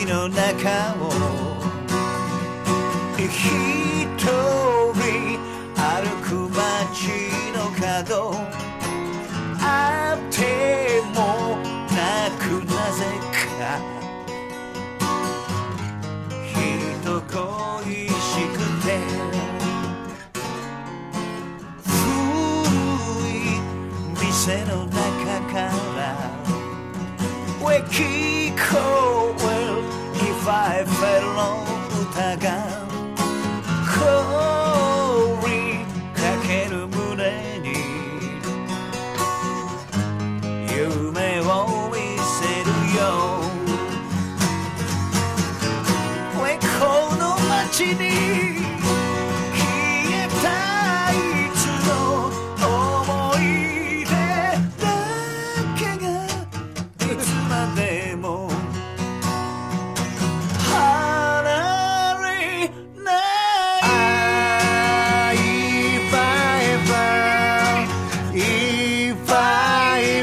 の中を一人歩く街の角あってもなくなぜか人恋しくて古い店の中から聞こえる If I fell の歌が凍りかける胸に夢を見せるよこの街に消えたいつの思い出だけがいつまでも離れない If I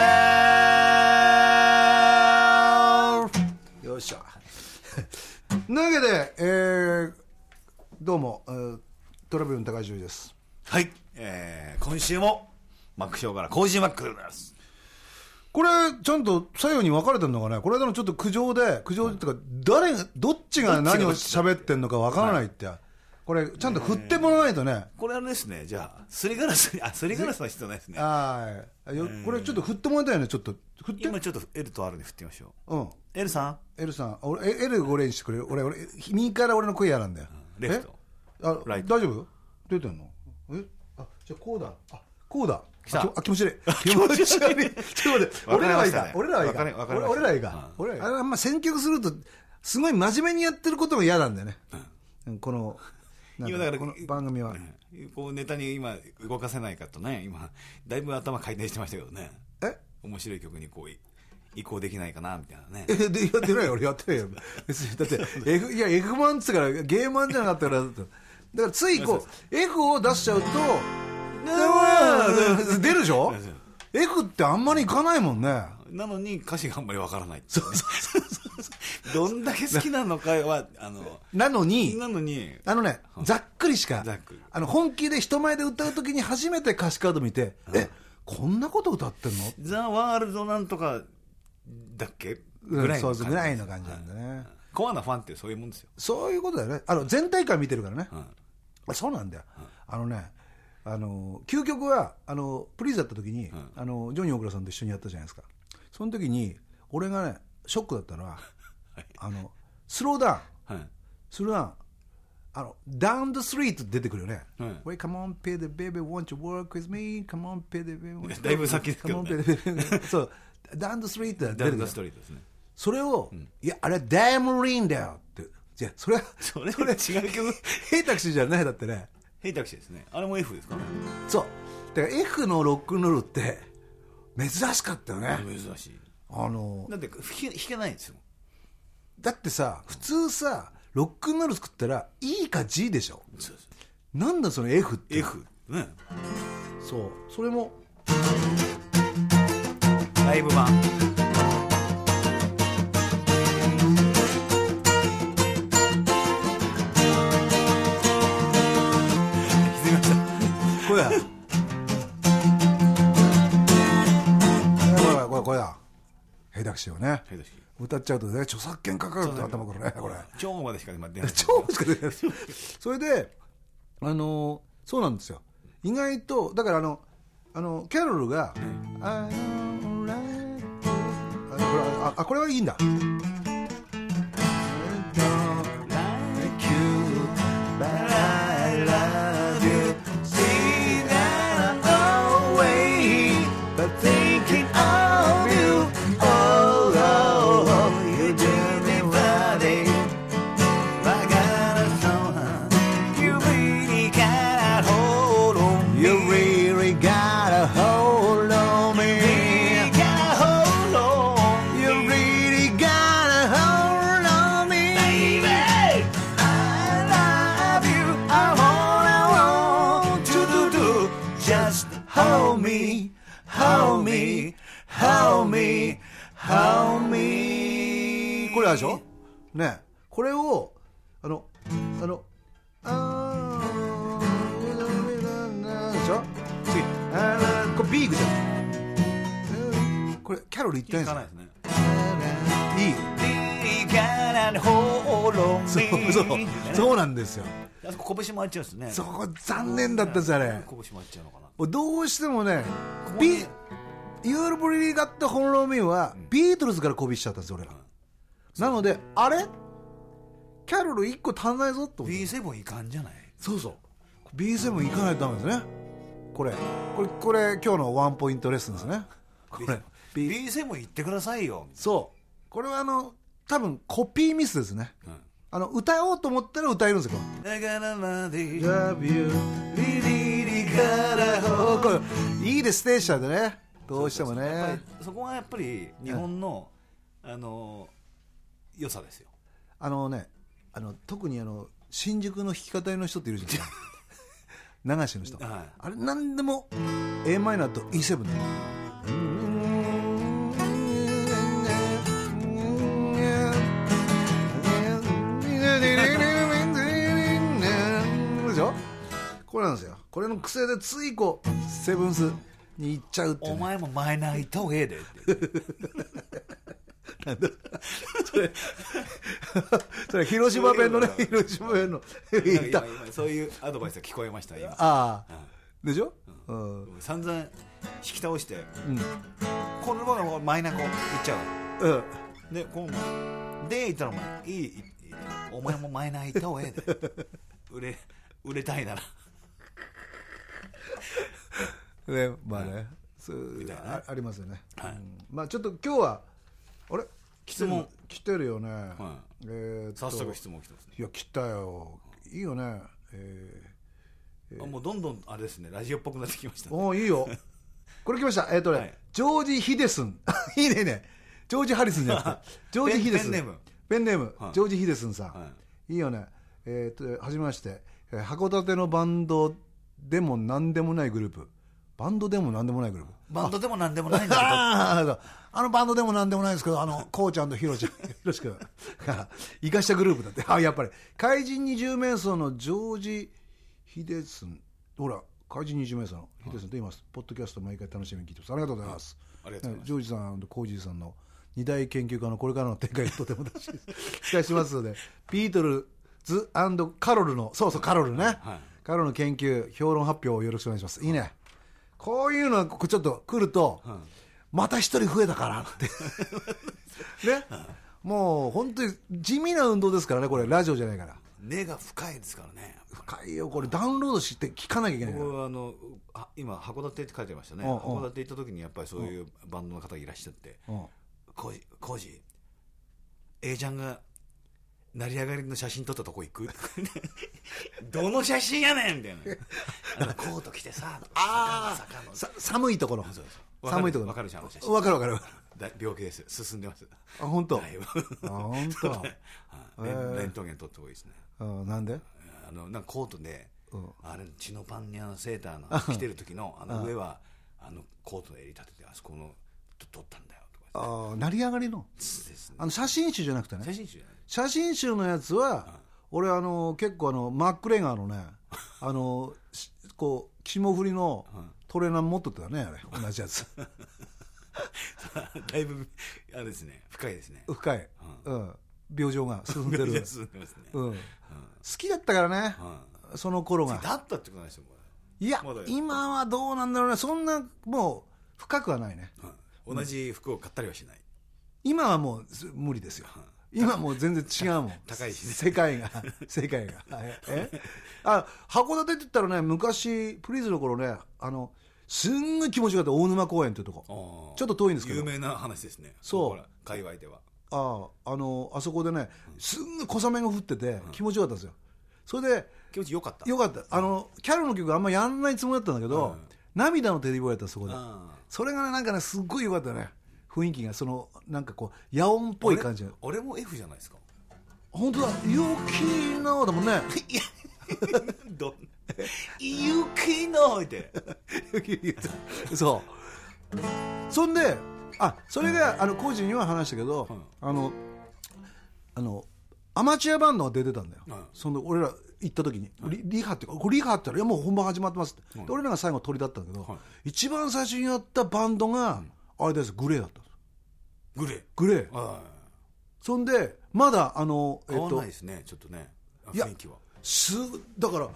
fell よっしゃなわけで、どうも、トラベルの高橋です。 はい、今週もマックショーからコージーマックでございます。 これちゃんと左右に分かれてるのかね。これ間のちょっと苦情っていうか、どっちが何を喋ってんのか分からないって、これちゃんと振ってもらわないとね。 これあれですね。じゃあすりガラスは必要ないですね。 これちょっと振ってもらいたいよね。ちょっと振って。 今ちょっと L と R で振ってみましょう。 うん。 L さん。 俺 L 俺にしてくれる。俺右から俺の声やなんだよ。 レフト。 ライト。大丈夫？出てんの？じゃあこうだ。こうだ。気持ち悪い。気持ち悪い。ちょっと待って。俺らはいいか。あんま選曲するとすごい真面目にやってることが嫌なんだよね。この今だからこの番組はこうネタに今動かせないかとね、今だいぶ頭回転してましたけどね。面白い曲にこう移行できないかなみたいなね。 やってないよ、俺やってないよ。別にだって F マンっつったからゲーマンじゃなかったからだからついこう F を出しちゃうと出るでしょ。F ってあんまりいかないもんね。 なのに歌詞があんまりわからない。どんだけ好きなのかはなのにざっくりしか本気で人前で歌うときに初めて歌詞カード見てこんなこと歌ってんの？ ザ・ワールドなんとかだっけぐらいの感じなんだね。 コアなファンってそういうもんですよ。 そういうことだよね。全体感見てるからね。そうなんだよ。究極はプリーズだった時に、ジョニー・オクラさんと一緒にやったじゃないですか。その時に俺がねショックだったのはスローダウン、ダウン・ザ・ストリート出てくるよね。Wait, come on, pay the baby, won't you work with me? Come on, pay the baby. だいぶ先ですけどね。 そう、ダウン・ザ・ストリート出てくる。ダウン・ザ・ストリートですね。それを、いや、あれはダイモリンだよって。じゃそれ違う曲。ヘイタクシーじゃない。だってね。 ヘイタクシーですね。あれも F ですかね。 そう。だから F のロックンロールって珍しかったよね。 珍しい。だって弾けないんですよ。 だってさ、普通さ、ロックンロール作ったら E か G でしょ。なんだその F って。 F ね。 そう。それもライブ版。 これだこれだ。ヘイタクシーをね歌っちゃうとね著作権かかるって頭からね。これ超までしか出ない。 超しか出ない。それでそうなんですよ。意外とだからキャロルがこれはいいんだ。これあるでしょ。 ね、これをでしょ、次これ B いくじゃん。これキャロル言ってないんですね。いい。そうなんですよ。 拳回っちゃうんですね。 そこ残念だったですあれ。 拳回っちゃうのかな。 どうしてもね、ユールブリーガット・ホンロー・ミーはビートルズからコピーしちゃったんですよ俺ら。なのであれキャロル1個足んないぞと思って。 B7 いかんじゃない。 そうそう、 B7 いかないとダメですね。これ今日のワンポイントレッスンですね。これ B7 言ってくださいよ。 そうこれは多分コピーミスですね、歌おうと思ったら歌えるんですよ。だからまで Love you リリリからこれいいですステージでね、どうしてもね。 そこがやっぱり日本の、良さですよ。 特に新宿の弾き語りの人っているじゃない流しの人、あれ何でも A マイナーと E7 ででしょ。これなんですよ。これの癖でついセブンスに行っちゃうって、ね、 お前もマイナー行った方がええでなんだそれ広島弁のね、広島弁の今そういうアドバイスが聞こえました今。 ああ、でしょ、 散々引き倒して、このままマイナー行っちゃう、でこうで言ったらお前いいお前もマイナー行った方がええで売れたいならね、まあね、ありますよね、まあちょっと今日はあれ質問来てるよね、 早速質問来てますね。 いや来たよ、いいよね、 もうどんどんあれですね、ラジオっぽくなってきましたね。 おいいよこれ来ました、ジョージ・ヒデスンいいね、ジョージ・ハリスンじゃなくてジョージ・ヒデスン、ペンネーム、ジョージ・ヒデスンさん、いいよね。はじめまして、函館のバンドでも何でもないグループ、バンドでも何でもないグループ、 バンドでも何でもないんだけどバンドでも何でもないですけど、こうちゃんとひろし君が生かしたグループだって。やっぱり怪人二十面相のジョージ・ヒデスン、ほら怪人二十面相のヒデスンと言います。ポッドキャスト毎回楽しみに聞いてます。ありがとうございます。ジョージさんとコージーさんの二大研究家のこれからの展開とても期待しますのでビートルズ&カロルのカロルね、カロルの研究評論発表をよろしくお願いします。いいね、こういうのがちょっと来ると、また一人増えたからってね、もう本当に地味な運動ですからね、これラジオじゃないから。 根が深いですからね。 深いよ、これダウンロードして聞かなきゃいけないから。 今函館って書いてましたね。函館行った時にやっぱりそういうバンドの方がいらっしゃって、コージ A ちゃんが成り上がりの写真撮ったとこ行くどの写真やねんみたいなコート着てさ、 寒いところ、寒いところ分かるじゃん。 分かる病気です、進んでます。 本当本当レントゲン撮った方がいいですね。 なんでなんかコートであれチノパンにセーターの着てる時の上はコートで襟立ててあそこの撮ったんだよとか。 成り上がりの写真集じゃなくてね、写真集のやつは俺結構マックレガーのねこう霜降りのトレーナー持っとったよね、あれ同じやつだいぶあれですね、深いですね。 深い、病状が進んでる進んでますね。 好きだったからね、その頃が。 だったってことないですよ。 いや今はどうなんだろうね、そんなもう深くはないね。 同じ服を買ったりはしない。 今はもう無理ですよ。今もう全然違うもん高いしね、 世界が函館って言ったらね、昔プリズの頃ね、すんごい気持ちよかった大沼公園というとこ、ちょっと遠いんですけど有名な話ですね。 そう界隈ではあそこでね、すんごい小雨が降ってて気持ちよかったんですよ。それで気持ちよかった。 キャロの曲あんまやんないつもりだったんだけど、涙のテディボーイやった、そこで。それがね、なんかね、すっごいよかったね、雰囲気が。なんかこう野音っぽい感じ。 俺も F じゃないですか。 本当だ、雪のだもんね雪のってそうそんでそれがコージには話したけど、 アマチュアバンドが出てたんだよ、その俺ら行った時に、リハってリハって言ったらいやもう本番始まってますって、で俺らが最後鳥だったんだけど、一番最初にやったバンドがあれです、グレーだったんです。グレー、そんでまだ合わないですね、ちょっとね、雰囲気は。 だから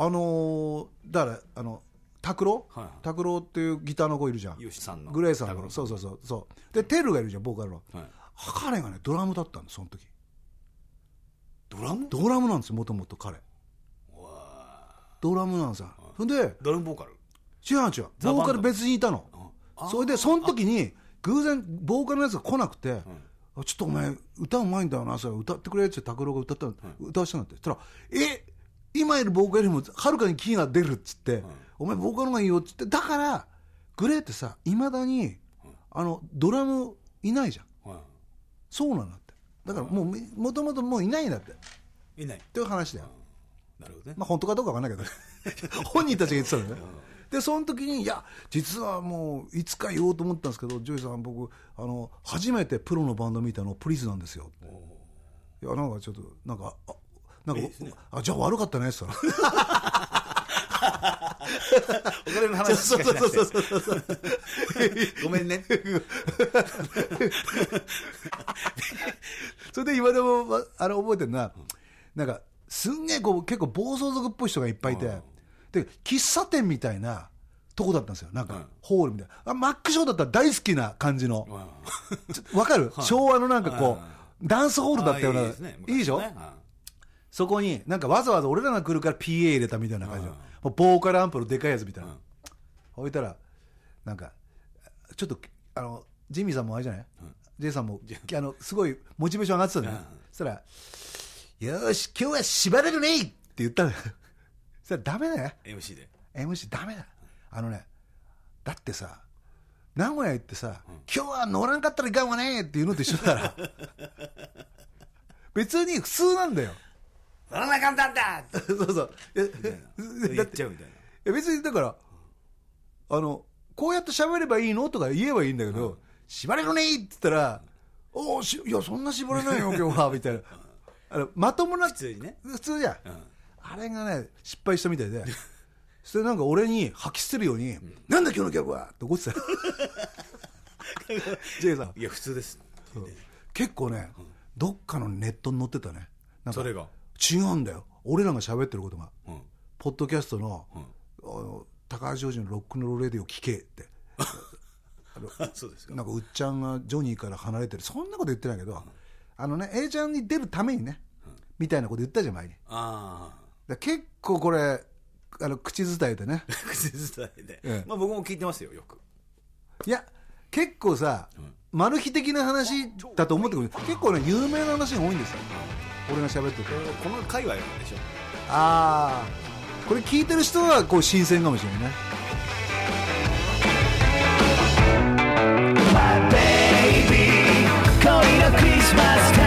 拓郎っていうギターの子いるじゃん、 吉さんのグレーさんの、そうでテルがいるじゃん、ボーカルの、彼がねドラムだったんです、その時。ドラムなんですよ、もともと彼ドラムなんですよ。そんでドラムボーカル違うボーカル別にいたの。それでその時に偶然ボーカルのやつが来なくて、ちょっとお前歌うまいんだよな、それ歌ってくれって拓郎が歌わしたんだって。そしたら今いるボーカルよりもはるかにキーが出るっつって、お前ボーカルの方がいいよっつって。だからグレーってさ、いまだにドラムいないじゃん、そうなんだって。だからもともともういないんだって、 いないっていう話だよ。 なるほどね。 まあ本当かどうか分かんないけど本人たちが言ってたんだよね。でその時にいや実はもういつか言おうと思ったんですけど、ジョイさん僕初めてプロのバンド見たのプリズなんですよ。いやなんかちょっとなんかいいですね、じゃあ悪かったねって言ったらお金の話しかしなくてごめんねそれで今でも覚えてるのは、なんかすんげえ結構暴走族っぽい人がいっぱいいて、で喫茶店みたいなとこだったんですよ、なんかホールみたいな。マックショーだったら大好きな感じのわかる、昭和のなんかこうダンスホールだったような、いいでしょ。そこになんかわざわざ俺らが来るから PA 入れたみたいな感じの、ボーカルアンプのでかいやつみたいな、置いたらなんかちょっとジミーさんもあれじゃない、ジェイさんもすごいモチベーション上がってたんだよ、そしたらよし今日は縛れるねって言ったのよそれダメだよ MC ダメだ。だってさ名古屋行ってさ、今日は乗らんかったらいかんわねっていうのと一緒だから別に普通なんだよ、 乗らなかったんだそう言っちゃうみたいな。 別にだからこうやって喋ればいいのとか言えばいいんだけど、縛れるねって言ったらいやそんな縛れないよ今日はみたいなまともな普通にね、 普通じゃん、あれがね失敗したみたいでそれなんか俺に吐き捨てるように、なんだ今日の曲はって怒ってたよジェイさん。 いや普通です、 結構ね、どっかのネットに載ってたね。なんかそれが違うんだよ、俺らが喋ってることが、ポッドキャストの、高橋ジョージのロックンロールレディを聞けってそうですか。 なんかうっちゃんがジョニーから離れてる、そんなこと言ってないけど、A ちゃんに出るためにね、みたいなこと言ったじゃん前に。だ結構これ口伝えでね口伝えで、まあ僕も聞いてますよよく。 いや結構さ、マル秘的な話だと思ってくる、結構ね有名な話が多いんですよ、俺が喋ってて。 この界隈なんでしょ。 これ聞いてる人はこう新鮮かもしれないね。 My baby 恋のクリスマス